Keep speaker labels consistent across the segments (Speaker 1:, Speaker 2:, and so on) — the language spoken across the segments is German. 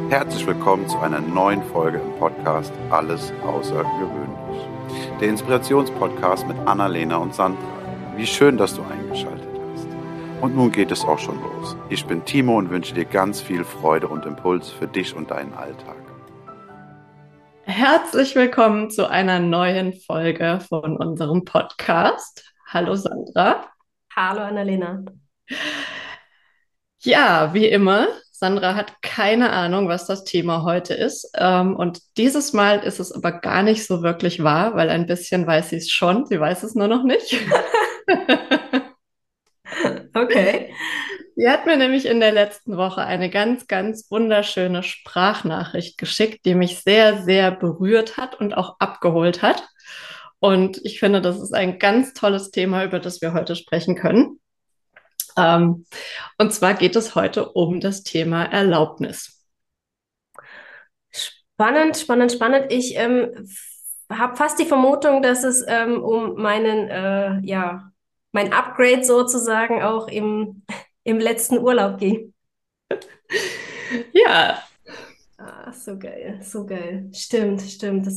Speaker 1: Herzlich willkommen zu einer neuen Folge im Podcast Alles Außergewöhnlich. Der Inspirationspodcast mit Annalena und Sandra. Wie schön, dass du eingeschaltet hast. Und nun geht es auch schon los. Ich bin Timo und wünsche dir ganz viel Freude und Impuls für dich und deinen Alltag.
Speaker 2: Herzlich willkommen zu einer neuen Folge von unserem Podcast. Hallo Sandra.
Speaker 3: Hallo Annalena.
Speaker 2: Ja, wie immer, Sandra hat keine Ahnung, was das Thema heute ist. Und dieses Mal ist es aber gar nicht so wirklich wahr, weil ein bisschen weiß sie es schon, sie weiß es nur noch nicht.
Speaker 3: Okay.
Speaker 2: Sie hat mir nämlich in der letzten Woche eine ganz, ganz wunderschöne Sprachnachricht geschickt, die mich sehr, sehr berührt hat und auch abgeholt hat. Und ich finde, das ist ein ganz tolles Thema, über das wir heute sprechen können. Ähm, und zwar geht es heute um das Thema Erlaubnis.
Speaker 3: Spannend, spannend, spannend. Ich habe fast die Vermutung, dass es um mein Upgrade sozusagen auch im letzten Urlaub ging.
Speaker 2: Ja,
Speaker 3: Ah, so geil, so geil. Stimmt, stimmt.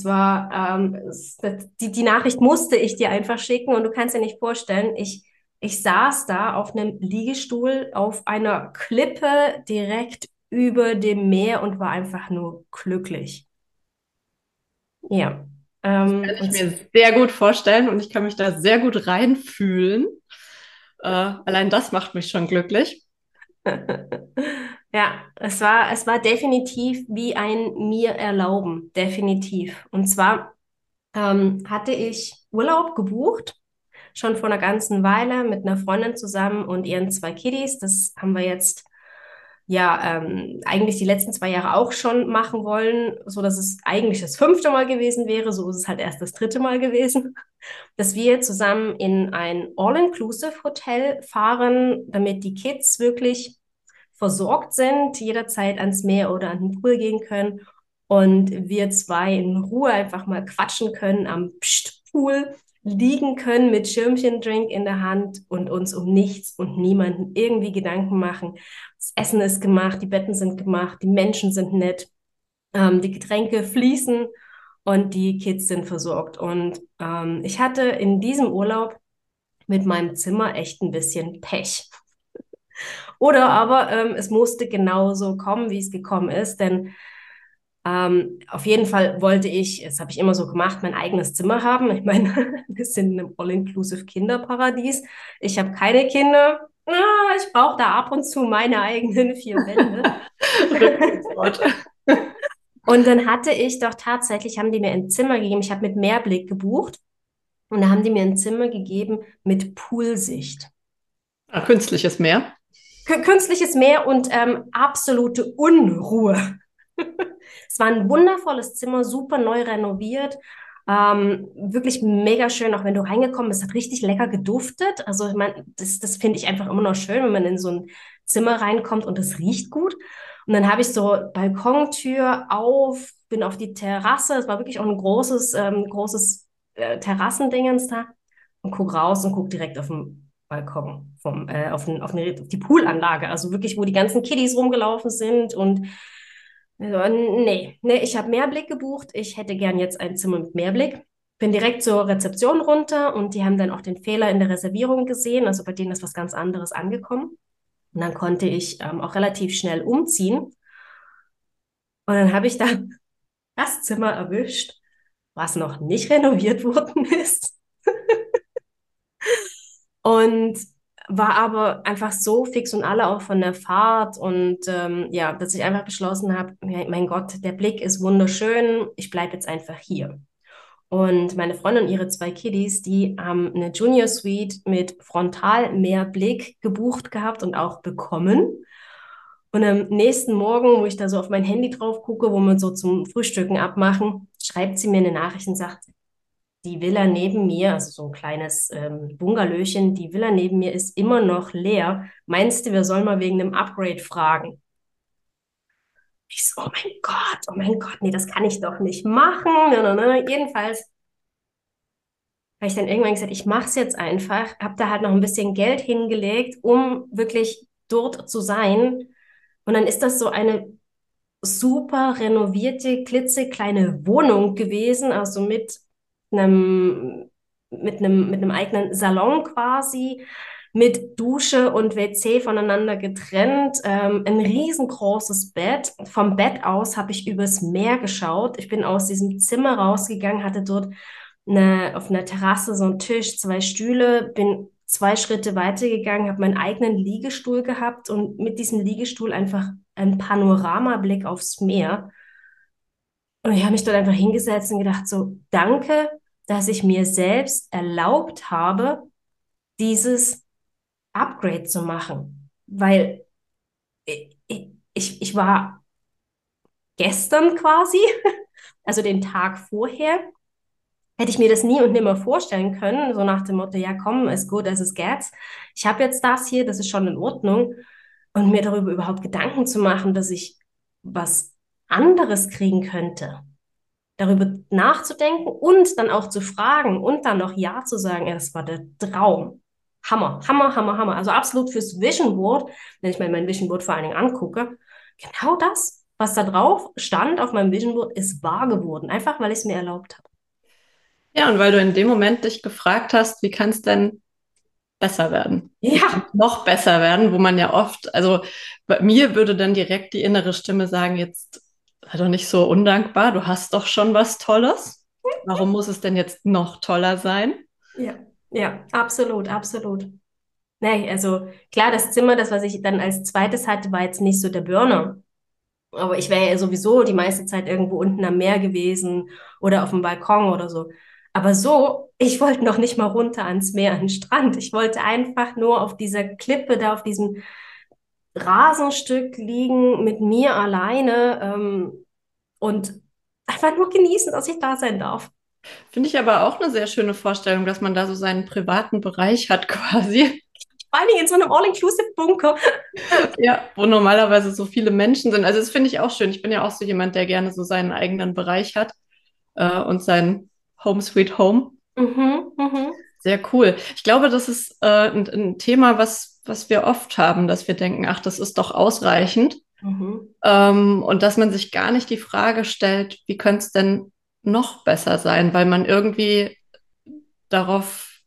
Speaker 3: Die Nachricht musste ich dir einfach schicken und du kannst dir nicht vorstellen, ich saß da auf einem Liegestuhl auf einer Klippe direkt über dem Meer und war einfach nur glücklich. Ja.
Speaker 2: kann ich
Speaker 3: Und
Speaker 2: mir sehr gut vorstellen und ich kann mich da sehr gut reinfühlen. Allein das macht mich schon glücklich.
Speaker 3: ja, es war definitiv wie ein mir erlauben, definitiv. Und zwar hatte ich Urlaub gebucht, schon vor einer ganzen Weile mit einer Freundin zusammen und ihren zwei Kiddies. Das haben wir jetzt eigentlich die letzten 2 Jahre auch schon machen wollen, so dass es eigentlich das 5. Mal gewesen wäre. So ist es halt erst das 3. Mal gewesen, dass wir zusammen in ein All-Inclusive-Hotel fahren, damit die Kids wirklich versorgt sind, jederzeit ans Meer oder an den Pool gehen können und wir zwei in Ruhe einfach mal quatschen können am Pool, liegen können mit Schirmchendrink in der Hand und uns um nichts und niemanden irgendwie Gedanken machen. Das Essen ist gemacht, die Betten sind gemacht, die Menschen sind nett, die Getränke fließen und die Kids sind versorgt. Und ich hatte in diesem Urlaub mit meinem Zimmer echt ein bisschen Pech. Oder aber es musste genauso kommen, wie es gekommen ist, denn auf jeden Fall wollte ich, das habe ich immer so gemacht, mein eigenes Zimmer haben. Ich meine, wir sind in einem All-Inclusive Kinderparadies. Ich habe keine Kinder. Ich brauche da ab und zu meine eigenen 4 Wände.
Speaker 2: Rückzugsort.
Speaker 3: Und dann hatte ich doch tatsächlich, haben die mir ein Zimmer gegeben. Ich habe mit Meerblick gebucht. Und da haben die mir ein Zimmer gegeben mit Poolsicht.
Speaker 2: Künstliches Meer.
Speaker 3: Künstliches Meer und absolute Unruhe. Es war ein wundervolles Zimmer, super neu renoviert. Wirklich mega schön, auch wenn du reingekommen bist, hat richtig lecker geduftet. Also ich meine, das finde ich einfach immer noch schön, wenn man in so ein Zimmer reinkommt und es riecht gut. Und dann habe ich so Balkontür auf, bin auf die Terrasse. Es war wirklich auch ein großes Terrassendingens da und guck raus und guck direkt auf den Balkon auf die Poolanlage. Also wirklich, wo die ganzen Kiddies rumgelaufen sind und nee, ich habe Mehrblick gebucht. Ich hätte gern jetzt ein Zimmer mit Mehrblick. Bin direkt zur Rezeption runter und die haben dann auch den Fehler in der Reservierung gesehen. Also bei denen ist was ganz anderes angekommen. Und dann konnte ich auch relativ schnell umziehen. Und dann habe ich da das Zimmer erwischt, was noch nicht renoviert worden ist. Und war aber einfach so fix und alle auch von der Fahrt und ja, dass ich einfach beschlossen habe, mein Gott, der Blick ist wunderschön, ich bleibe jetzt einfach hier. Und meine Freundin und ihre zwei Kiddies, die haben eine Junior Suite mit Frontalmeerblick gebucht gehabt und auch bekommen. Und am nächsten Morgen, wo ich da so auf mein Handy drauf gucke, wo wir so zum Frühstücken abmachen, schreibt sie mir eine Nachricht und sagt, die Villa neben mir, also so ein kleines Bungalowchen, die Villa neben mir ist immer noch leer. Meinst du, wir sollen mal wegen einem Upgrade fragen? Ich so, oh mein Gott, nee, das kann ich doch nicht machen. Jedenfalls habe ich dann irgendwann gesagt, ich mache es jetzt einfach, habe da halt noch ein bisschen Geld hingelegt, um wirklich dort zu sein. Und dann ist das so eine super renovierte, klitzekleine Wohnung gewesen, also einem, mit einem eigenen Salon quasi, mit Dusche und WC voneinander getrennt, ein riesengroßes Bett. Vom Bett aus habe ich übers Meer geschaut. Ich bin aus diesem Zimmer rausgegangen, hatte dort auf einer Terrasse so einen Tisch, zwei Stühle, bin 2 Schritte weitergegangen, habe meinen eigenen Liegestuhl gehabt und mit diesem Liegestuhl einfach einen Panoramablick aufs Meer. Und ich habe mich dort einfach hingesetzt und gedacht, so, danke, dass ich mir selbst erlaubt habe, dieses Upgrade zu machen. Weil ich war gestern quasi, also den Tag vorher, hätte ich mir das nie und nimmer vorstellen können, so nach dem Motto, ja komm, ist gut, as it gets. Ich habe jetzt das hier, das ist schon in Ordnung. Und mir darüber überhaupt Gedanken zu machen, dass ich was anderes kriegen könnte. Darüber nachzudenken und dann auch zu fragen und dann noch Ja zu sagen, ja, das war der Traum. Hammer, Hammer, Hammer, Hammer. Also absolut fürs Vision Board, wenn ich mir mein Vision Board vor allen Dingen angucke, genau das, was da drauf stand auf meinem Vision Board, ist wahr geworden. Einfach, weil ich es mir erlaubt habe.
Speaker 2: Ja, und weil du in dem Moment dich gefragt hast, wie kann es denn besser werden? Wie kann
Speaker 3: Ja,
Speaker 2: es noch besser werden, wo man ja oft, also bei mir würde dann direkt die innere Stimme sagen, jetzt sei doch nicht so undankbar, du hast doch schon was Tolles. Warum muss es denn jetzt noch toller sein?
Speaker 3: ja, ja, absolut, absolut. Nee, also klar, das Zimmer, das, was ich dann als zweites hatte, war jetzt nicht so der Burner. Aber ich wäre ja sowieso die meiste Zeit irgendwo unten am Meer gewesen oder auf dem Balkon oder so. Aber so, ich wollte noch nicht mal runter ans Meer, an den Strand. Ich wollte einfach nur auf dieser Klippe da, auf diesem Rasenstück liegen, mit mir alleine, und einfach nur genießen, dass ich da sein darf.
Speaker 2: Finde ich aber auch eine sehr schöne Vorstellung, dass man da so seinen privaten Bereich hat quasi.
Speaker 3: Vor allen Dingen in so einem All-Inclusive-Bunker.
Speaker 2: Ja, wo normalerweise so viele Menschen sind. Also das finde ich auch schön. Ich bin ja auch so jemand, der gerne so seinen eigenen Bereich hat und sein Home Sweet Home.
Speaker 3: Mhm, mhm,
Speaker 2: Sehr cool. Ich glaube, das ist ein Thema, was wir oft haben, dass wir denken, ach, das ist doch ausreichend.
Speaker 3: mhm,
Speaker 2: Und dass man sich gar nicht die Frage stellt, wie könnte es denn noch besser sein, weil man irgendwie darauf,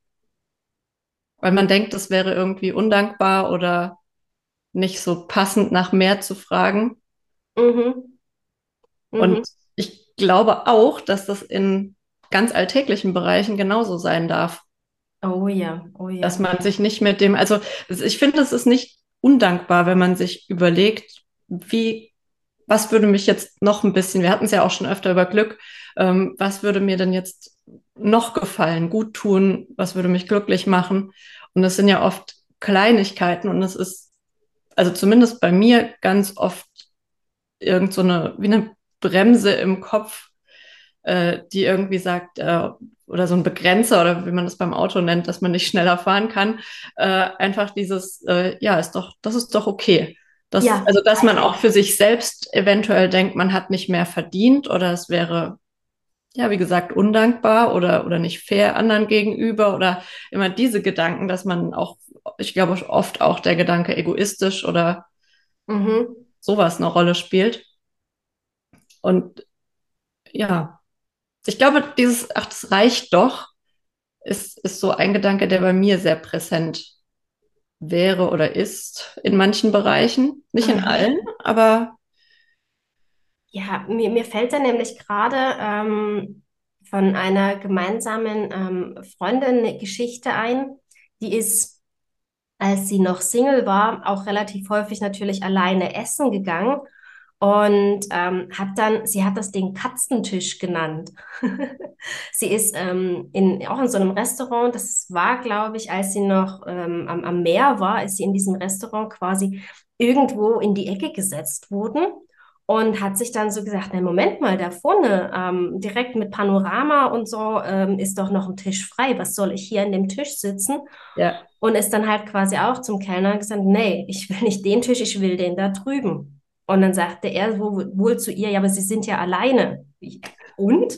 Speaker 2: weil man denkt, das wäre irgendwie undankbar oder nicht so passend nach mehr zu fragen.
Speaker 3: mhm,
Speaker 2: Und
Speaker 3: mhm.
Speaker 2: ich glaube auch, dass das in ganz alltäglichen Bereichen genauso sein darf,
Speaker 3: Oh ja, oh
Speaker 2: dass
Speaker 3: ja.
Speaker 2: man sich nicht mit dem, also ich finde, es ist nicht undankbar, wenn man sich überlegt, wie, was würde mich jetzt noch ein bisschen, wir hatten es ja auch schon öfter über Glück, was würde mir denn jetzt noch gefallen, gut tun, was würde mich glücklich machen? Und das sind ja oft Kleinigkeiten und es ist, also zumindest bei mir ganz oft irgend so eine, wie eine Bremse im Kopf, die irgendwie sagt, oder so ein Begrenzer oder wie man das beim Auto nennt, dass man nicht schneller fahren kann, einfach dieses, ja, ist doch, das ist doch okay. Das,
Speaker 3: Ja,
Speaker 2: also, dass man auch für sich selbst eventuell denkt, man hat nicht mehr verdient oder es wäre, ja, wie gesagt, undankbar oder nicht fair anderen gegenüber oder immer diese Gedanken, dass man auch, ich glaube, oft auch der Gedanke egoistisch oder
Speaker 3: mhm.
Speaker 2: sowas eine Rolle spielt. Und ja, ich glaube, dieses, ach, das reicht doch, ist so ein Gedanke, der bei mir sehr präsent wäre oder ist in manchen Bereichen. Nicht in allen,
Speaker 3: Mhm.
Speaker 2: aber
Speaker 3: Ja, mir fällt da nämlich gerade von einer gemeinsamen Freundin eine Geschichte ein. Die ist, als sie noch Single war, auch relativ häufig natürlich alleine essen gegangen und sie hat das den Katzentisch genannt. Sie ist auch in so einem Restaurant, das war, glaube ich, als sie noch am Meer war, ist sie in diesem Restaurant quasi irgendwo in die Ecke gesetzt worden und hat sich dann so gesagt, na Moment mal, da vorne, direkt mit Panorama und so, ist doch noch ein Tisch frei. Was soll ich hier an dem Tisch sitzen?
Speaker 2: ja,
Speaker 3: Und ist dann halt quasi auch zum Kellner gesagt, nee, ich will nicht den Tisch, ich will den da drüben. Und dann sagte er wohl zu ihr, ja, aber Sie sind ja alleine. Und?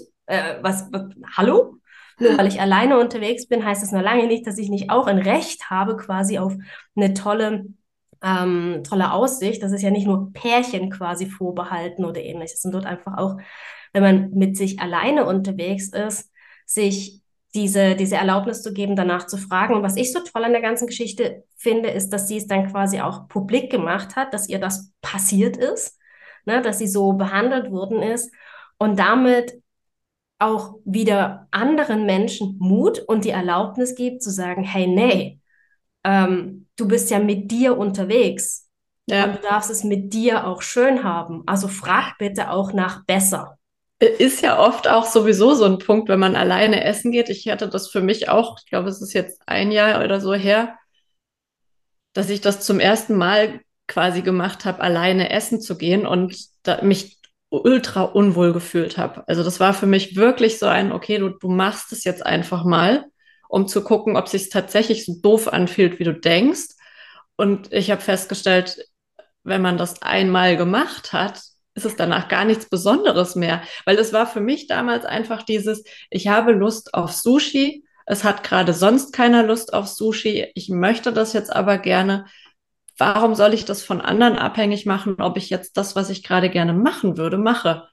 Speaker 3: Hallo? Nur weil ich alleine unterwegs bin, heißt das noch lange nicht, dass ich nicht auch ein Recht habe, quasi auf eine tolle tolle Aussicht. Das ist ja nicht nur Pärchen quasi vorbehalten oder ähnliches. Und dort einfach auch, wenn man mit sich alleine unterwegs ist, sich diese Erlaubnis zu geben, danach zu fragen. Und was ich so toll an der ganzen Geschichte finde, ist, dass sie es dann quasi auch publik gemacht hat, dass ihr das passiert ist, ne, dass sie so behandelt worden ist und damit auch wieder anderen Menschen Mut und die Erlaubnis gibt, zu sagen, hey, nee, du bist ja mit dir unterwegs und du
Speaker 2: Ja.
Speaker 3: darfst es mit dir auch schön haben. Also frag bitte auch nach besser.
Speaker 2: Ist ja oft auch sowieso so ein Punkt, wenn man alleine essen geht. Ich hatte das für mich auch, ich glaube, es ist jetzt ein Jahr oder so her, dass ich das zum ersten Mal quasi gemacht habe, alleine essen zu gehen und mich ultra unwohl gefühlt habe. Also das war für mich wirklich so ein, okay, du machst es jetzt einfach mal, um zu gucken, ob sich tatsächlich so doof anfühlt, wie du denkst. Und ich habe festgestellt, wenn man das einmal gemacht hat, ist es danach gar nichts Besonderes mehr. Weil es war für mich damals einfach dieses, ich habe Lust auf Sushi. Es hat gerade sonst keiner Lust auf Sushi. Ich möchte das jetzt aber gerne. Warum soll ich das von anderen abhängig machen, ob ich jetzt das, was ich gerade gerne machen würde, mache?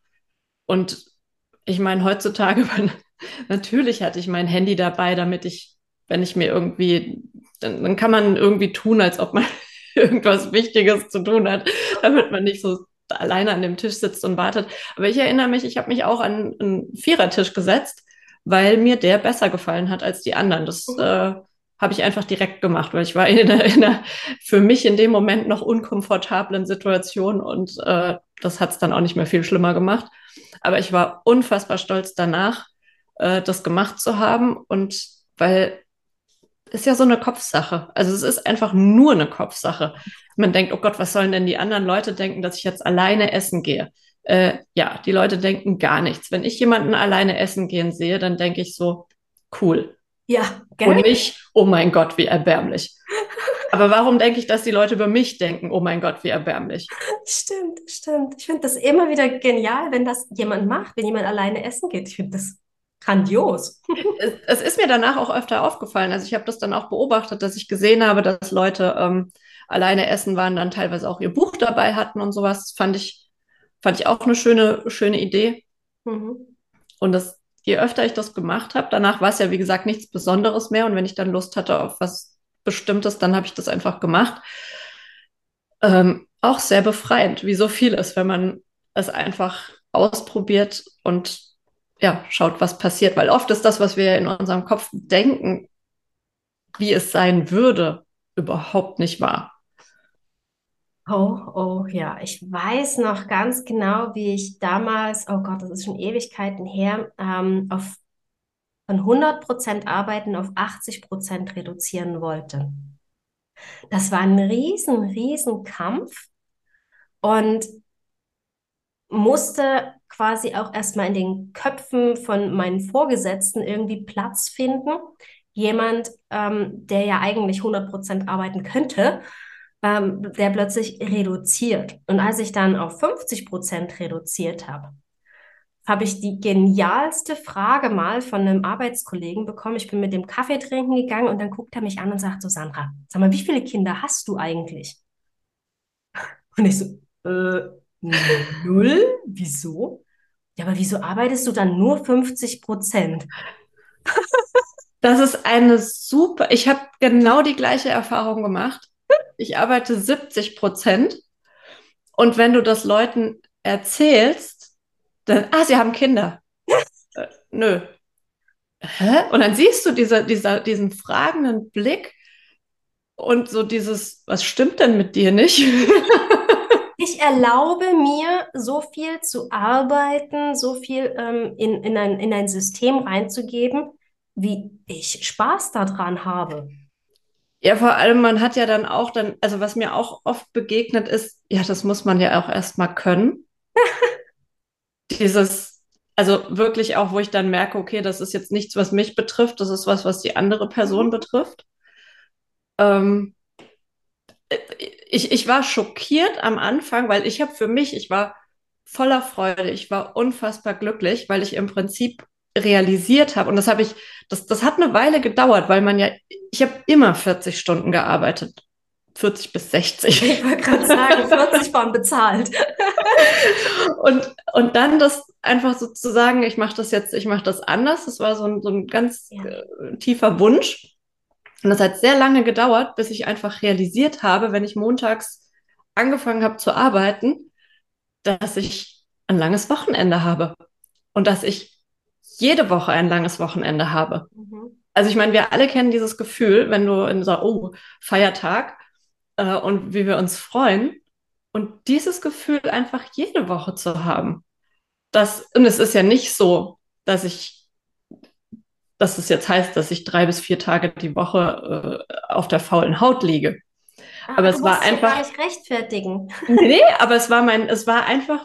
Speaker 2: Und ich meine, heutzutage, natürlich hatte ich mein Handy dabei, damit ich, wenn ich mir irgendwie, dann kann man irgendwie tun, als ob man irgendwas Wichtiges zu tun hat, damit man nicht so alleine an dem Tisch sitzt und wartet. Aber ich erinnere mich, ich habe mich auch an einen Vierertisch gesetzt, weil mir der besser gefallen hat als die anderen. Das
Speaker 3: Mhm.
Speaker 2: habe ich einfach direkt gemacht, weil ich war in einer für mich in dem Moment noch unkomfortablen Situation und das hat es dann auch nicht mehr viel schlimmer gemacht. Aber ich war unfassbar stolz danach, das gemacht zu haben und weil ist ja so eine Kopfsache. Also es ist einfach nur eine Kopfsache. Man denkt, oh Gott, was sollen denn die anderen Leute denken, dass ich jetzt alleine essen gehe? Ja, die Leute denken gar nichts. Wenn ich jemanden alleine essen gehen sehe, dann denke ich so, cool.
Speaker 3: Ja,
Speaker 2: Und
Speaker 3: gell?
Speaker 2: nicht, oh mein Gott, wie erbärmlich. Aber warum denke ich, dass die Leute über mich denken, oh mein Gott, wie erbärmlich?
Speaker 3: Stimmt, stimmt. Ich finde das immer wieder genial, wenn das jemand macht, wenn jemand alleine essen geht. Ich finde das grandios.
Speaker 2: Es ist mir danach auch öfter aufgefallen. Also ich habe das dann auch beobachtet, dass ich gesehen habe, dass Leute alleine essen waren, dann teilweise auch ihr Buch dabei hatten und sowas. Fand ich auch eine schöne Idee.
Speaker 3: Mhm.
Speaker 2: Und je öfter ich das gemacht habe, danach war es ja, wie gesagt, nichts Besonderes mehr. Und wenn ich dann Lust hatte auf was Bestimmtes, dann habe ich das einfach gemacht. Auch sehr befreiend, wie so vieles, wenn man es einfach ausprobiert und ja, schaut, was passiert. Weil oft ist das, was wir in unserem Kopf denken, wie es sein würde, überhaupt nicht wahr.
Speaker 3: Oh, oh, ja. Ich weiß noch ganz genau, wie ich damals, oh Gott, das ist schon Ewigkeiten her, von 100% Arbeiten auf 80% reduzieren wollte. Das war ein riesen Kampf und musste quasi auch erstmal in den Köpfen von meinen Vorgesetzten irgendwie Platz finden. Jemand, der ja eigentlich 100% arbeiten könnte, der plötzlich reduziert. Und als ich dann auf 50% reduziert habe, habe ich die genialste Frage mal von einem Arbeitskollegen bekommen. Ich bin mit dem Kaffee trinken gegangen und dann guckt er mich an und sagt so, Sandra, sag mal, wie viele Kinder hast du eigentlich? Und ich so, null? Wieso? Ja, aber wieso arbeitest du dann nur 50%?
Speaker 2: Das ist ich habe genau die gleiche Erfahrung gemacht. Ich arbeite 70% und wenn du das Leuten erzählst, dann, sie haben Kinder. Nö. Hä? Und dann siehst du diesen fragenden Blick und so dieses, was stimmt denn mit dir nicht?
Speaker 3: Ich erlaube mir, so viel zu arbeiten, so viel in ein System reinzugeben, wie ich Spaß daran habe.
Speaker 2: Ja, vor allem, man hat ja dann auch also was mir auch oft begegnet ist, ja, das muss man ja auch erstmal können. Also wirklich auch, wo ich dann merke, okay, das ist jetzt nichts, was mich betrifft, das ist was die andere Person
Speaker 3: Mhm.
Speaker 2: betrifft. Ähm, ich war schockiert am Anfang, weil ich war voller Freude, ich war unfassbar glücklich, weil ich im Prinzip realisiert habe, und das hat eine Weile gedauert, weil ich habe immer 40 Stunden gearbeitet. 40 bis 60.
Speaker 3: Ich wollte gerade sagen, 40 waren bezahlt.
Speaker 2: Und dann das einfach so zu sagen, ich mache das anders. Das war so ein ganz
Speaker 3: Ja.
Speaker 2: tiefer Wunsch. Und das hat sehr lange gedauert, bis ich einfach realisiert habe, wenn ich montags angefangen habe zu arbeiten, dass ich ein langes Wochenende habe und dass ich jede Woche ein langes Wochenende habe.
Speaker 3: Mhm.
Speaker 2: Also ich meine, wir alle kennen dieses Gefühl, wenn du in so, oh, Feiertag und wie wir uns freuen. Und dieses Gefühl einfach jede Woche zu haben. Und es ist ja nicht so, dass es jetzt heißt, dass ich 3 bis 4 Tage die Woche auf der faulen Haut liege.
Speaker 3: Ah,
Speaker 2: Aber
Speaker 3: du
Speaker 2: es war
Speaker 3: musst dich ja gar
Speaker 2: einfach,
Speaker 3: nicht rechtfertigen.
Speaker 2: nee, aber es war einfach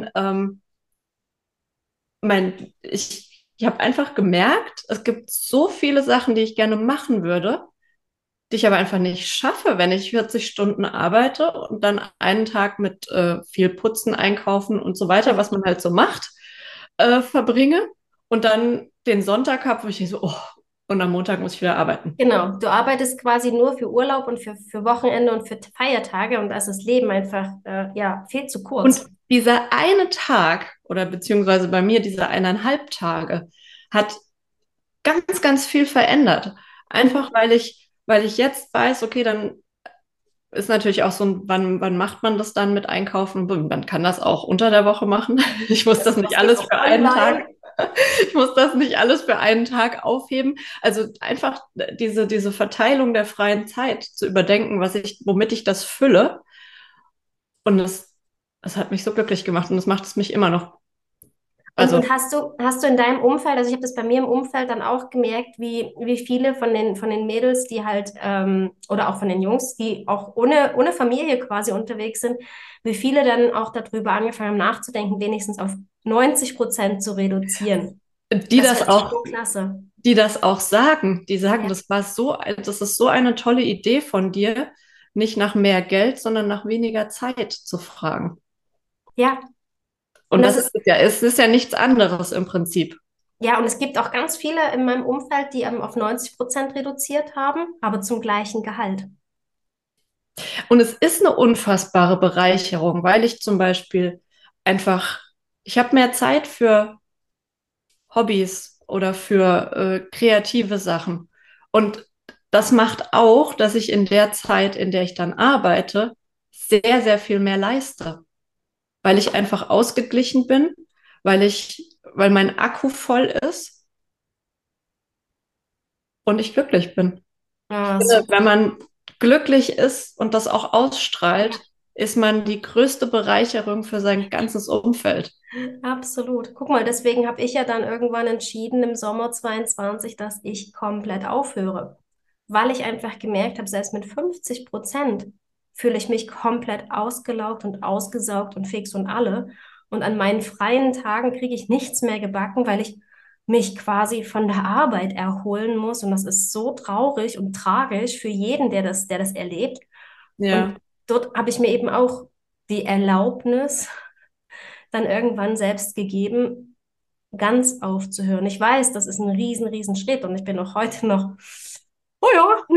Speaker 2: ich habe einfach gemerkt, es gibt so viele Sachen, die ich gerne machen würde, die ich aber einfach nicht schaffe, wenn ich 40 Stunden arbeite und dann einen Tag mit viel Putzen, Einkaufen und so weiter, was man halt so macht, verbringe und dann den Sonntag habe, wo ich denke so, oh, und am Montag muss ich wieder arbeiten.
Speaker 3: Genau, du arbeitest quasi nur für Urlaub und für Wochenende und für Feiertage und da ist das Leben einfach ja, viel zu
Speaker 2: Und
Speaker 3: kurz.
Speaker 2: dieser eine Tag oder beziehungsweise bei mir diese 1,5 Tage hat ganz, ganz viel verändert.
Speaker 3: Mhm.
Speaker 2: Einfach weil ich jetzt weiß, okay, dann ist natürlich auch so ein, wann macht man das dann mit Einkaufen? Man kann das auch unter der Woche machen. Ich muss das nicht
Speaker 3: Das geht
Speaker 2: alles
Speaker 3: auch
Speaker 2: für einen Tag,
Speaker 3: online.
Speaker 2: ich muss das nicht alles für einen Tag aufheben. Also einfach diese Verteilung der freien Zeit zu überdenken, womit ich das fülle. Und das hat mich so glücklich gemacht und das macht es mich immer noch. Also,
Speaker 3: Und hast du in deinem Umfeld, also ich habe das bei mir im Umfeld dann auch gemerkt, wie viele von den Mädels, die halt, oder auch von den Jungs, die auch ohne Familie quasi unterwegs sind, wie viele dann auch darüber angefangen haben nachzudenken, wenigstens auf 90% zu reduzieren.
Speaker 2: die
Speaker 3: Das
Speaker 2: das
Speaker 3: fand ich
Speaker 2: auch,
Speaker 3: so klasse.
Speaker 2: die das auch sagen, die sagen,
Speaker 3: Ja,
Speaker 2: das ist so eine tolle Idee von dir, nicht nach mehr Geld, sondern nach weniger Zeit zu fragen.
Speaker 3: ja. Und
Speaker 2: Und
Speaker 3: das
Speaker 2: das ist
Speaker 3: ist,
Speaker 2: es ja, es ist ja nichts anderes im Prinzip.
Speaker 3: ja, und es gibt auch ganz viele in meinem Umfeld, die auf 90% reduziert haben, aber zum gleichen Gehalt.
Speaker 2: Und es ist eine unfassbare Bereicherung, weil ich zum Beispiel einfach, ich habe mehr Zeit für Hobbys oder für kreative Sachen. Und das macht auch, dass ich in der Zeit, in der ich dann arbeite, sehr, sehr viel mehr leiste, weil ich einfach ausgeglichen bin, weil mein Akku voll ist und ich glücklich bin. Ich
Speaker 3: Ah,
Speaker 2: finde, wenn
Speaker 3: super.
Speaker 2: man glücklich ist und das auch ausstrahlt, ist man die größte Bereicherung für sein ganzes Umfeld.
Speaker 3: Absolut. Guck mal, deswegen habe ich ja dann irgendwann entschieden im Sommer 22, dass ich komplett aufhöre, weil ich einfach gemerkt habe, selbst mit 50% fühle ich mich komplett ausgelaugt und ausgesaugt und fix und alle. Und an meinen freien Tagen kriege ich nichts mehr gebacken, weil ich mich quasi von der Arbeit erholen muss. Und das ist so traurig und tragisch für jeden, der das erlebt. Und
Speaker 2: Ja,
Speaker 3: dort habe ich mir eben auch die Erlaubnis dann irgendwann selbst gegeben, ganz aufzuhören. Ich weiß, das ist ein riesen Schritt und ich bin auch heute noch, oh ja, ne,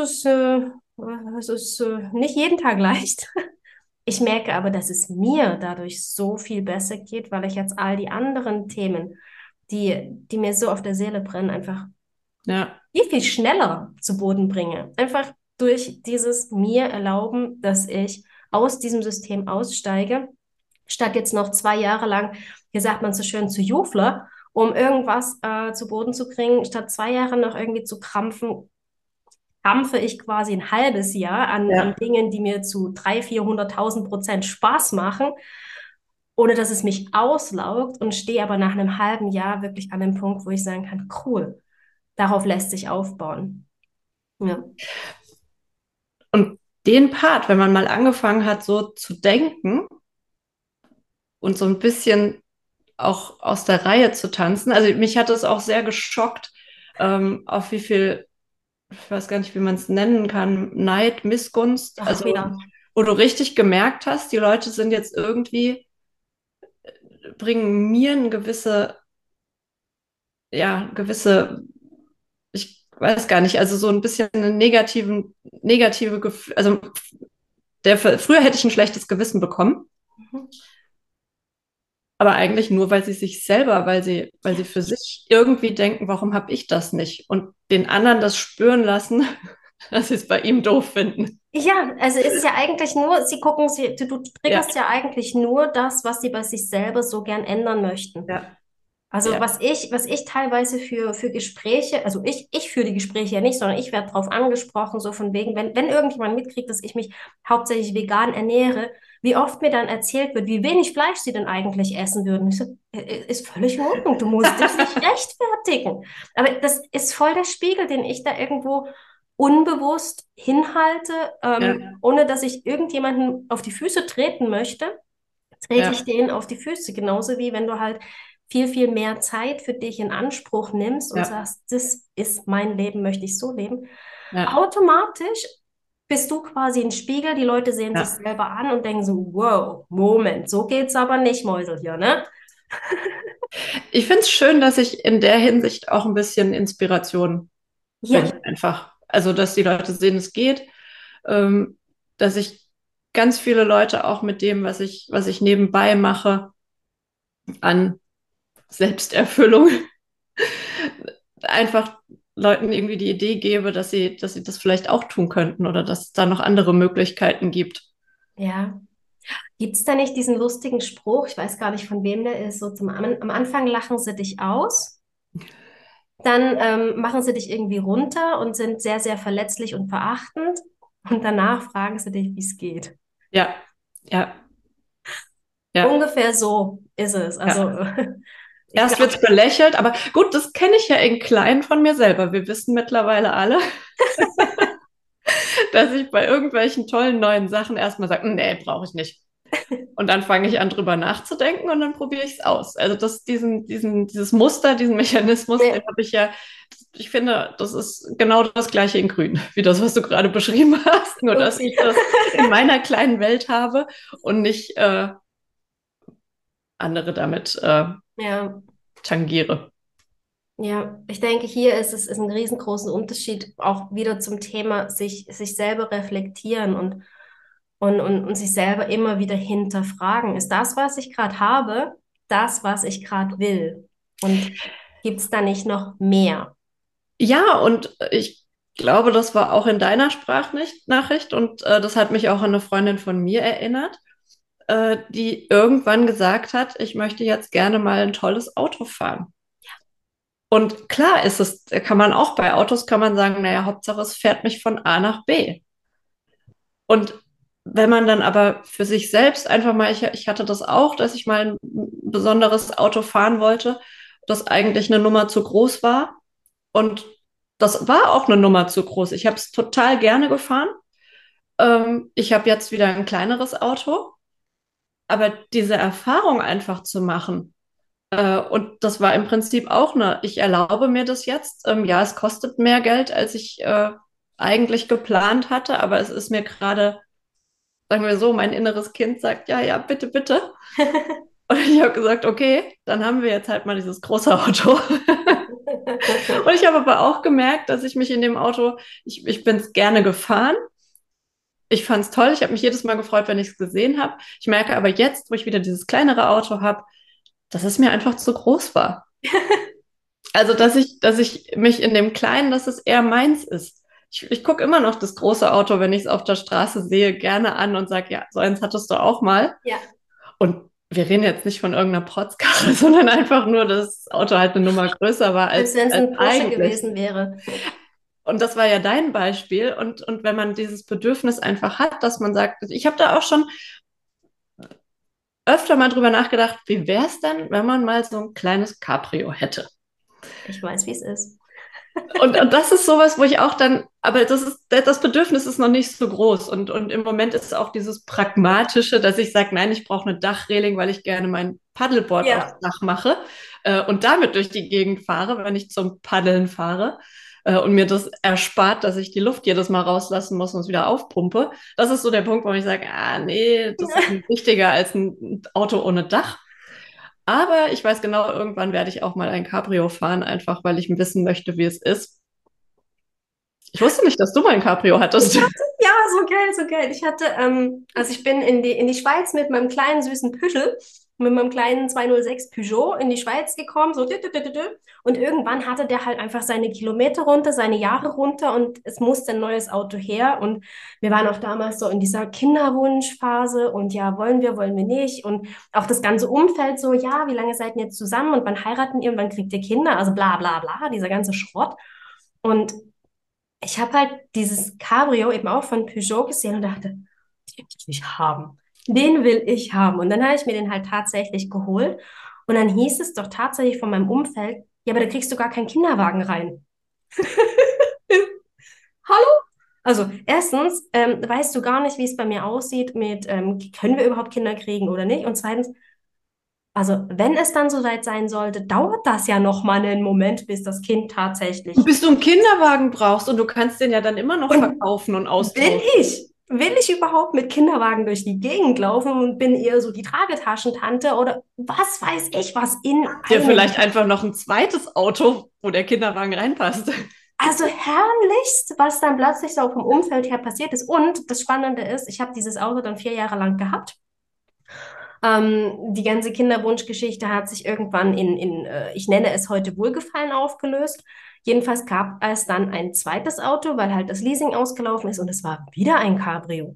Speaker 3: das ist nicht jeden Tag leicht. Ich merke aber, dass es mir dadurch so viel besser geht, weil ich jetzt all die anderen Themen, die mir so auf der Seele brennen, einfach
Speaker 2: ja,
Speaker 3: viel schneller zu Boden bringe. Einfach durch dieses mir erlauben, dass ich aus diesem System aussteige, statt jetzt noch 2 Jahre lang, hier sagt man so schön, zu Jufler, um irgendwas zu Boden zu kriegen, statt 2 Jahre noch irgendwie zu krampfe ich quasi ein halbes Jahr an
Speaker 2: ja.
Speaker 3: Dingen, die mir zu 300.000, 400.000% Spaß machen, ohne dass es mich auslaugt und stehe aber nach einem halben Jahr wirklich an dem Punkt, wo ich sagen kann, cool, darauf lässt sich aufbauen. Ja.
Speaker 2: Und den Part, wenn man mal angefangen hat, so zu denken und so ein bisschen auch aus der Reihe zu tanzen, also mich hat es auch sehr geschockt, auf wie viel, ich weiß gar nicht, wie man es nennen kann, Neid, Missgunst,
Speaker 3: Ach,
Speaker 2: also
Speaker 3: wieder.
Speaker 2: wo du richtig gemerkt hast, die Leute sind jetzt irgendwie, bringen mir eine gewisse, ja, gewisse, ich weiß gar nicht, also so ein bisschen eine negative Gefühl, also früher hätte ich ein schlechtes Gewissen bekommen,
Speaker 3: Mhm.
Speaker 2: aber eigentlich nur, weil sie sich selber, weil sie für sich irgendwie denken, warum habe ich das nicht? Und den anderen das spüren lassen, dass sie es bei ihm doof finden.
Speaker 3: Ja, also ist es ja eigentlich nur, du
Speaker 2: Ja,
Speaker 3: triggerst ja eigentlich nur das, was sie bei sich selber so gern ändern möchten.
Speaker 2: ja,
Speaker 3: Also
Speaker 2: ja,
Speaker 3: was ich teilweise für Gespräche, also ich führe die Gespräche ja nicht, sondern ich werde darauf angesprochen, so von wegen, wenn irgendjemand mitkriegt, dass ich mich hauptsächlich vegan ernähre, wie oft mir dann erzählt wird, wie wenig Fleisch sie denn eigentlich essen würden. Ich so, ist völlig in Ordnung, du musst dich nicht rechtfertigen. Aber das ist voll der Spiegel, den ich da irgendwo unbewusst hinhalte,
Speaker 2: ja,
Speaker 3: ohne dass ich irgendjemanden auf die Füße treten möchte, trete ich
Speaker 2: ja,
Speaker 3: denen auf die Füße. Genauso wie wenn du halt viel, viel mehr Zeit für dich in Anspruch nimmst und
Speaker 2: ja,
Speaker 3: sagst, das ist mein Leben, möchte ich so leben.
Speaker 2: ja,
Speaker 3: Automatisch bist du quasi ein Spiegel, die Leute sehen sich
Speaker 2: ja.
Speaker 3: selber an und denken so, wow, Moment, so geht's aber nicht, Mäusel hier, ne?
Speaker 2: Ich finde es schön, dass ich in der Hinsicht auch ein bisschen Inspiration bin,
Speaker 3: Ja,
Speaker 2: einfach. Also, dass die Leute sehen, es geht, ähm, dass ich ganz viele Leute auch mit dem, was ich nebenbei mache, an Selbsterfüllung, einfach Leuten irgendwie die Idee gebe, dass sie das vielleicht auch tun könnten oder dass es da noch andere Möglichkeiten gibt.
Speaker 3: ja. Gibt's da nicht diesen lustigen Spruch, ich weiß gar nicht, von wem der ist, so am Anfang lachen sie dich aus, dann machen sie dich irgendwie runter und sind sehr, sehr verletzlich und verachtend und danach fragen sie dich, wie es geht.
Speaker 2: Ja, ja, ja,
Speaker 3: Ungefähr so ist es. Also
Speaker 2: ja.
Speaker 3: ich
Speaker 2: Erst
Speaker 3: glaube,
Speaker 2: wird's belächelt, aber gut, das kenne ich ja in klein von mir selber. Wir wissen mittlerweile alle, dass ich bei irgendwelchen tollen neuen Sachen erstmal sage, nee, brauche ich nicht. Und dann fange ich an, drüber nachzudenken und dann probiere ich es aus. Also dieses Muster, diesen Mechanismus, den
Speaker 3: ja,
Speaker 2: habe ich ja, ich finde, das ist genau das Gleiche in Grün, wie das, was du gerade beschrieben hast, nur dass
Speaker 3: upsie.
Speaker 2: ich das in meiner kleinen Welt habe und nicht andere damit
Speaker 3: Ja,
Speaker 2: tangiere.
Speaker 3: ja, ich denke, hier ist ein riesengroßer Unterschied auch wieder zum Thema sich selber reflektieren und sich selber immer wieder hinterfragen. Ist das, was ich gerade habe, das, was ich gerade will? Und gibt es da nicht noch mehr?
Speaker 2: Ja, und ich glaube, das war auch in deiner Sprachnachricht und das hat mich auch an eine Freundin von mir erinnert, die irgendwann gesagt hat, ich möchte jetzt gerne mal ein tolles Auto fahren. Und klar ist es, kann man auch bei Autos kann man sagen, naja, Hauptsache es fährt mich von A nach B. Und wenn man dann aber für sich selbst einfach mal, ich hatte das auch, dass ich mal ein besonderes Auto fahren wollte, das eigentlich eine Nummer zu groß war. Und das war auch eine Nummer zu groß. Ich habe es total gerne gefahren. Ich habe jetzt wieder ein kleineres Auto. Aber diese Erfahrung einfach zu machen, und das war im Prinzip auch eine, ich erlaube mir das jetzt. Ja, es kostet mehr Geld, als ich eigentlich geplant hatte, aber es ist mir gerade, sagen wir so, mein inneres Kind sagt, ja, ja, bitte, bitte. Und ich habe gesagt, okay, dann haben wir jetzt halt mal dieses große Auto. Und ich habe aber auch gemerkt, dass ich mich in dem Auto, ich bin es gerne gefahren. Ich fand es toll. Ich habe mich jedes Mal gefreut, wenn ich es gesehen habe. Ich merke aber jetzt, wo ich wieder dieses kleinere Auto habe, dass es mir einfach zu groß war. Also, dass ich mich in dem Kleinen, dass es eher meins ist. Ich gucke immer noch das große Auto, wenn ich es auf der Straße sehe, gerne an und sage, ja, so eins hattest du auch mal.
Speaker 3: Ja,
Speaker 2: Und wir reden jetzt nicht von irgendeiner Protzkarre, sondern einfach nur, dass das Auto halt eine Nummer größer war
Speaker 3: selbst wenn es
Speaker 2: als
Speaker 3: ein Porsche
Speaker 2: eigentlich.
Speaker 3: gewesen wäre.
Speaker 2: Und das war ja dein Beispiel. Und wenn man dieses Bedürfnis einfach hat, dass man sagt, ich habe da auch schon öfter mal drüber nachgedacht, wie wäre es denn, wenn man mal so ein kleines Cabrio hätte?
Speaker 3: Ich weiß, wie es ist.
Speaker 2: Und das ist sowas, wo ich auch dann, aber das Bedürfnis ist noch nicht so groß. Und im Moment ist es auch dieses Pragmatische, dass ich sage, nein, ich brauche eine Dachreling, weil ich gerne mein Paddleboard aufs
Speaker 3: Ja.
Speaker 2: Dach mache und damit durch die Gegend fahre, wenn ich zum Paddeln fahre. Und mir das erspart, dass ich die Luft jedes Mal rauslassen muss und es wieder aufpumpe. Das ist so der Punkt, wo ich sage, ah nee, das ist mir wichtiger als ein Auto ohne Dach. Aber ich weiß genau, irgendwann werde ich auch mal ein Cabrio fahren, einfach weil ich wissen möchte, wie es ist. Ich wusste nicht, dass du mal ein Cabrio hattest.
Speaker 3: Ja, so geil, so geil. Ich hatte, also ich bin in die Schweiz mit meinem kleinen süßen Püschel, mit meinem kleinen 206 Peugeot in die Schweiz gekommen, so und irgendwann hatte der halt einfach seine Kilometer runter, seine Jahre runter und es musste ein neues Auto her und wir waren auch damals so in dieser Kinderwunschphase und ja, wollen wir nicht und auch das ganze Umfeld so, ja, wie lange seid ihr jetzt zusammen und wann heiraten ihr und wann kriegt ihr Kinder, also bla bla bla, dieser ganze Schrott und ich habe halt dieses Cabrio eben auch von Peugeot gesehen und dachte, den will ich haben. Den will ich haben. Und dann habe ich mir den halt tatsächlich geholt. Und dann hieß es doch tatsächlich von meinem Umfeld, ja, aber da kriegst du gar keinen Kinderwagen rein. Hallo? Also erstens weißt du gar nicht, wie es bei mir aussieht mit, können wir überhaupt Kinder kriegen oder nicht? Und zweitens, also wenn es dann soweit sein sollte, dauert das ja noch mal einen Moment, bis das Kind
Speaker 2: Und
Speaker 3: tatsächlich.
Speaker 2: bis du einen Kinderwagen brauchst und du kannst den ja dann immer noch
Speaker 3: Und
Speaker 2: verkaufen und
Speaker 3: will
Speaker 2: austauschen.
Speaker 3: ich? Will ich überhaupt mit Kinderwagen durch die Gegend laufen und bin eher so die Tragetaschentante oder was weiß ich, was in
Speaker 2: Dir
Speaker 3: einem.
Speaker 2: vielleicht einfach noch ein zweites Auto, wo der Kinderwagen reinpasst.
Speaker 3: Also herrlichst, was dann plötzlich so vom Umfeld her passiert ist. Und das Spannende ist, ich habe dieses Auto dann 4 Jahre lang gehabt. Die ganze Kinderwunschgeschichte hat sich irgendwann ich nenne es heute Wohlgefallen aufgelöst. Jedenfalls gab es dann ein zweites Auto, weil halt das Leasing ausgelaufen ist und es war wieder ein Cabrio.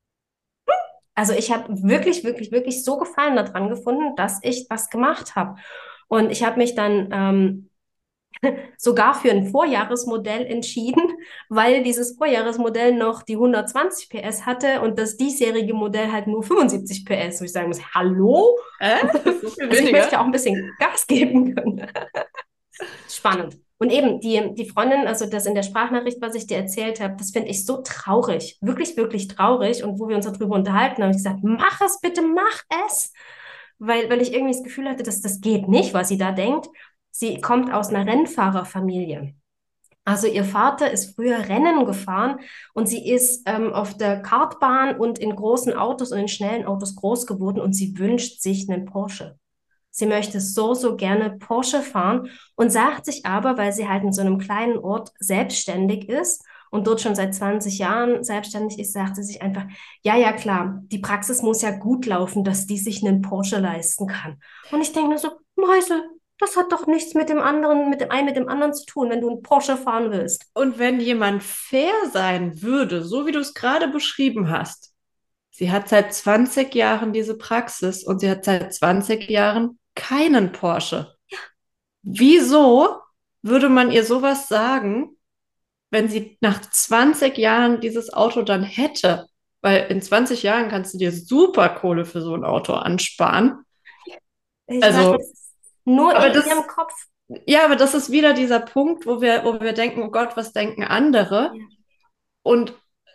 Speaker 3: Also ich habe wirklich, wirklich, wirklich so Gefallen daran gefunden, dass ich das gemacht habe. Und ich habe mich dann sogar für ein Vorjahresmodell entschieden, weil dieses Vorjahresmodell noch die 120 PS hatte und das diesjährige Modell halt nur 75 PS. Wo ich sagen muss, hallo?
Speaker 2: So viel
Speaker 3: Also ich
Speaker 2: weniger?
Speaker 3: möchte ja auch ein bisschen Gas geben können. Spannend. Und eben die Freundin, also das in der Sprachnachricht, was ich dir erzählt habe, das finde ich so traurig. Wirklich, wirklich traurig. Und wo wir uns darüber unterhalten, habe ich gesagt, mach es bitte, mach es. Weil ich irgendwie das Gefühl hatte, dass das geht nicht, was sie da denkt. Sie kommt aus einer Rennfahrerfamilie. Also ihr Vater ist früher Rennen gefahren und sie ist auf der Kartbahn und in großen Autos und in schnellen Autos groß geworden und sie wünscht sich einen Porsche. Sie möchte so, so gerne Porsche fahren und sagt sich aber, weil sie halt in so einem kleinen Ort selbstständig ist und dort schon seit 20 Jahren selbstständig ist, sagt sie sich einfach, ja, ja, klar, die Praxis muss ja gut laufen, dass die sich einen Porsche leisten kann. Und ich denke mir so, Mäusel, das hat doch nichts mit dem anderen, mit dem einen mit dem anderen zu tun, wenn du einen Porsche fahren willst.
Speaker 2: Und wenn jemand fair sein würde, so wie du es gerade beschrieben hast, sie hat seit 20 Jahren diese Praxis und sie hat seit 20 Jahren keinen Porsche. Wieso würde man ihr sowas sagen, wenn sie nach 20 Jahren dieses Auto dann hätte? Weil in 20 Jahren kannst du dir super Kohle für so ein Auto ansparen.
Speaker 3: Ich
Speaker 2: Also,
Speaker 3: weiß, nur
Speaker 2: aber
Speaker 3: in
Speaker 2: das,
Speaker 3: ihrem Kopf.
Speaker 2: ja, aber das ist wieder dieser Punkt, wo wir denken, oh Gott, was denken andere?
Speaker 3: Ja.
Speaker 2: Und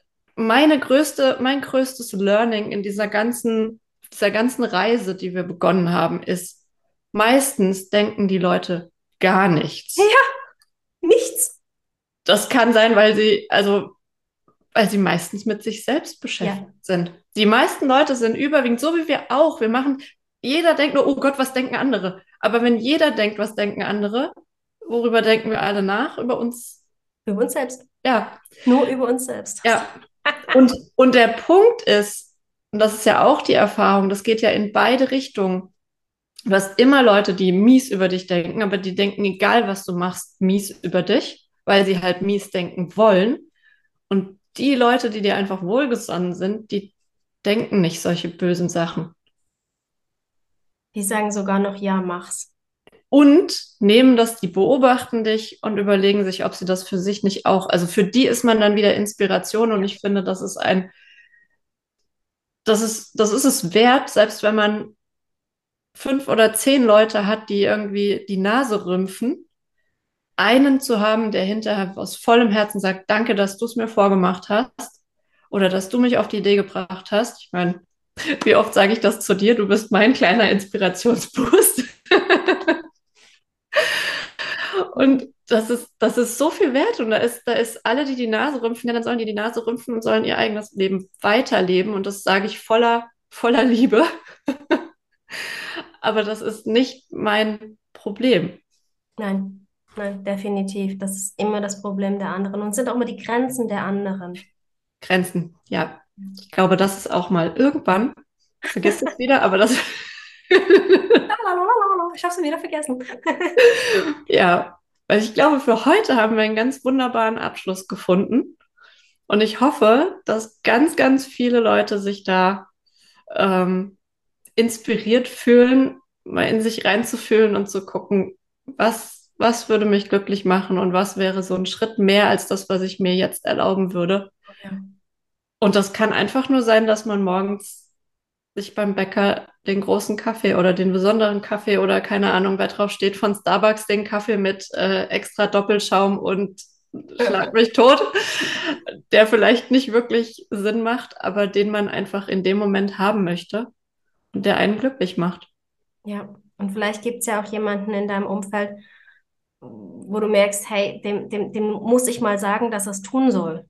Speaker 2: mein größtes Learning in dieser ganzen Reise, die wir begonnen haben, ist, meistens denken die Leute gar nichts.
Speaker 3: Ja, nichts.
Speaker 2: Das kann sein, weil sie meistens mit sich selbst beschäftigt
Speaker 3: Ja,
Speaker 2: sind. Die meisten Leute sind überwiegend, so wie wir auch. Jeder denkt nur, oh Gott, was denken andere? Aber wenn jeder denkt, was denken andere, worüber denken wir alle nach? Über uns.
Speaker 3: über uns selbst.
Speaker 2: Ja,
Speaker 3: Nur über uns selbst.
Speaker 2: ja. Und der Punkt ist, und das ist ja auch die Erfahrung, das geht ja in beide Richtungen. Du hast immer Leute, die mies über dich denken, aber die denken, egal was du machst, mies über dich, weil sie halt mies denken wollen. Und die Leute, die dir einfach wohlgesonnen sind, die denken nicht solche bösen Sachen.
Speaker 3: Die sagen sogar noch, ja, mach's.
Speaker 2: Und nehmen das, die beobachten dich und überlegen sich, ob sie das für sich nicht auch, also für die ist man dann wieder Inspiration und
Speaker 3: Ja.
Speaker 2: ich finde, das ist es wert, selbst wenn man 5 oder 10 Leute hat, die irgendwie die Nase rümpfen, einen zu haben, der hinterher aus vollem Herzen sagt, danke, dass du es mir vorgemacht hast oder dass du mich auf die Idee gebracht hast. Ich meine, wie oft sage ich das zu dir? Du bist mein kleiner Inspirationsboost. Und das ist so viel wert. Und da ist alle, die die Nase rümpfen, ja, dann sollen die Nase rümpfen und sollen ihr eigenes Leben weiterleben. Und das sage ich voller Liebe. Aber das ist nicht mein Problem.
Speaker 3: Nein. Nein, definitiv. Das ist immer das Problem der anderen und sind auch immer die Grenzen der anderen.
Speaker 2: Grenzen, ja. Ich glaube, das ist auch mal irgendwann, vergiss es wieder, aber das,
Speaker 3: Lalalala, ich habe es wieder vergessen.
Speaker 2: ja, weil ich glaube, für heute haben wir einen ganz wunderbaren Abschluss gefunden. Und ich hoffe, dass ganz, ganz viele Leute sich da ähm, inspiriert fühlen, mal in sich reinzufühlen und zu gucken, was würde mich glücklich machen und was wäre so ein Schritt mehr als das, was ich mir jetzt erlauben würde.
Speaker 3: Ja.
Speaker 2: Und das kann einfach nur sein, dass man morgens sich beim Bäcker den großen Kaffee oder den besonderen Kaffee oder keine Ahnung, wer drauf steht, von Starbucks den Kaffee mit extra Doppelschaum und schlag mich tot, der vielleicht nicht wirklich Sinn macht, aber den man einfach in dem Moment haben möchte und der einen glücklich macht.
Speaker 3: Ja, und vielleicht gibt es ja auch jemanden in deinem Umfeld, wo du merkst, hey, dem muss ich mal sagen, dass er es tun soll.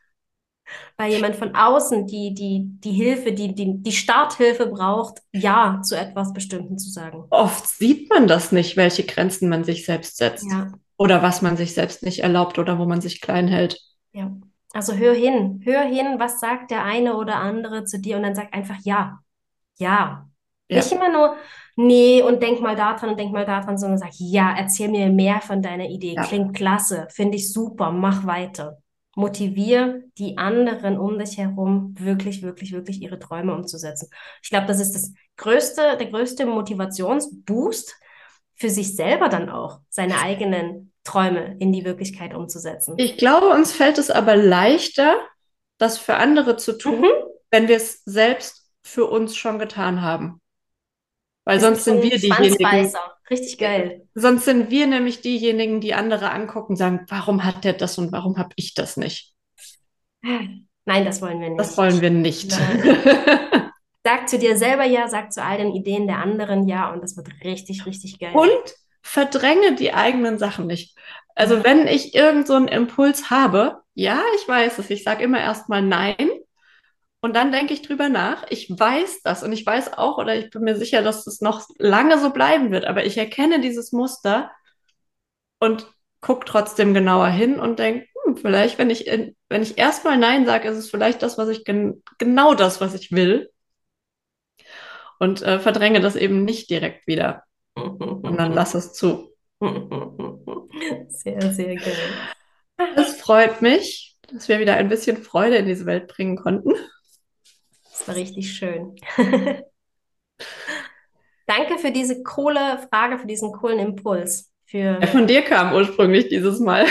Speaker 3: Weil jemand von außen die Hilfe, die Starthilfe braucht, ja zu etwas Bestimmten zu sagen.
Speaker 2: Oft sieht man das nicht, welche Grenzen man sich selbst setzt
Speaker 3: Ja,
Speaker 2: oder was man sich selbst nicht erlaubt oder wo man sich klein hält.
Speaker 3: ja. Also hör hin, was sagt der eine oder andere zu dir und dann sag einfach ja, ja. Nicht
Speaker 2: Ja,
Speaker 3: immer nur nee und denk mal da dran und denk mal da dran, sondern sag ja, erzähl mir mehr von deiner Idee.
Speaker 2: ja.
Speaker 3: Klingt klasse, finde ich super, mach weiter. Motivier die anderen um dich herum, wirklich, wirklich, wirklich ihre Träume umzusetzen. Ich glaube, das ist der größte Motivationsboost für sich selber dann auch, seine eigenen Träume in die Wirklichkeit umzusetzen.
Speaker 2: Ich glaube, uns fällt es aber leichter, das für andere zu tun,
Speaker 3: Mhm.
Speaker 2: wenn wir es selbst für uns schon getan haben. Weil
Speaker 3: Bist wie
Speaker 2: sonst
Speaker 3: so
Speaker 2: sind
Speaker 3: ein
Speaker 2: wir diejenigen,
Speaker 3: Schwanzbeißer. Richtig geil.
Speaker 2: sonst sind wir nämlich diejenigen, die andere angucken und sagen, warum hat der das und warum habe ich das nicht?
Speaker 3: Nein, das wollen wir
Speaker 2: Das wollen
Speaker 3: nicht.
Speaker 2: wir nicht.
Speaker 3: Nein. Sag zu dir selber ja, sag zu all den Ideen der anderen ja und das wird richtig, richtig geil.
Speaker 2: Und verdränge die eigenen Sachen nicht. Also
Speaker 3: Ja.
Speaker 2: wenn ich irgend so einen Impuls habe, ja, ich weiß es, ich sage immer erstmal nein und dann denke ich drüber nach. Ich weiß das und ich weiß auch oder ich bin mir sicher, dass es noch lange so bleiben wird, aber ich erkenne dieses Muster und gucke trotzdem genauer hin und denke, vielleicht, wenn ich erstmal nein sage, ist es vielleicht das, was ich genau das, was ich will und verdränge das eben nicht direkt wieder, sondern lasse es zu.
Speaker 3: Sehr, sehr geil.
Speaker 2: Es freut mich, dass wir wieder ein bisschen Freude in diese Welt bringen konnten.
Speaker 3: Das war richtig schön. Danke für diese coole Frage, für diesen coolen Impuls.
Speaker 2: Von dir kam ursprünglich dieses Mal.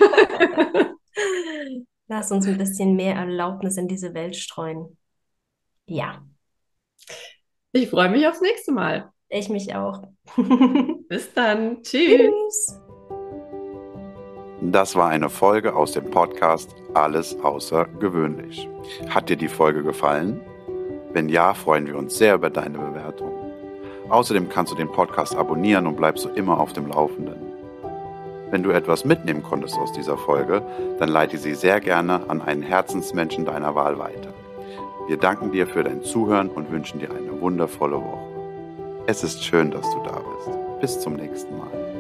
Speaker 3: Lass uns ein bisschen mehr Erlaubnis in diese Welt streuen. Ja,
Speaker 2: Ich freue mich aufs nächste Mal.
Speaker 3: ich mich auch.
Speaker 2: Bis dann. Tschüss.
Speaker 3: Tschüss.
Speaker 1: Das war eine Folge aus dem Podcast Alles außergewöhnlich. Hat dir die Folge gefallen? Wenn ja, freuen wir uns sehr über deine Bewertung. Außerdem kannst du den Podcast abonnieren und bleibst so immer auf dem Laufenden. Wenn du etwas mitnehmen konntest aus dieser Folge, dann leite sie sehr gerne an einen Herzensmenschen deiner Wahl weiter. Wir danken dir für dein Zuhören und wünschen dir eine wundervolle Woche. Es ist schön, dass du da bist. Bis zum nächsten Mal.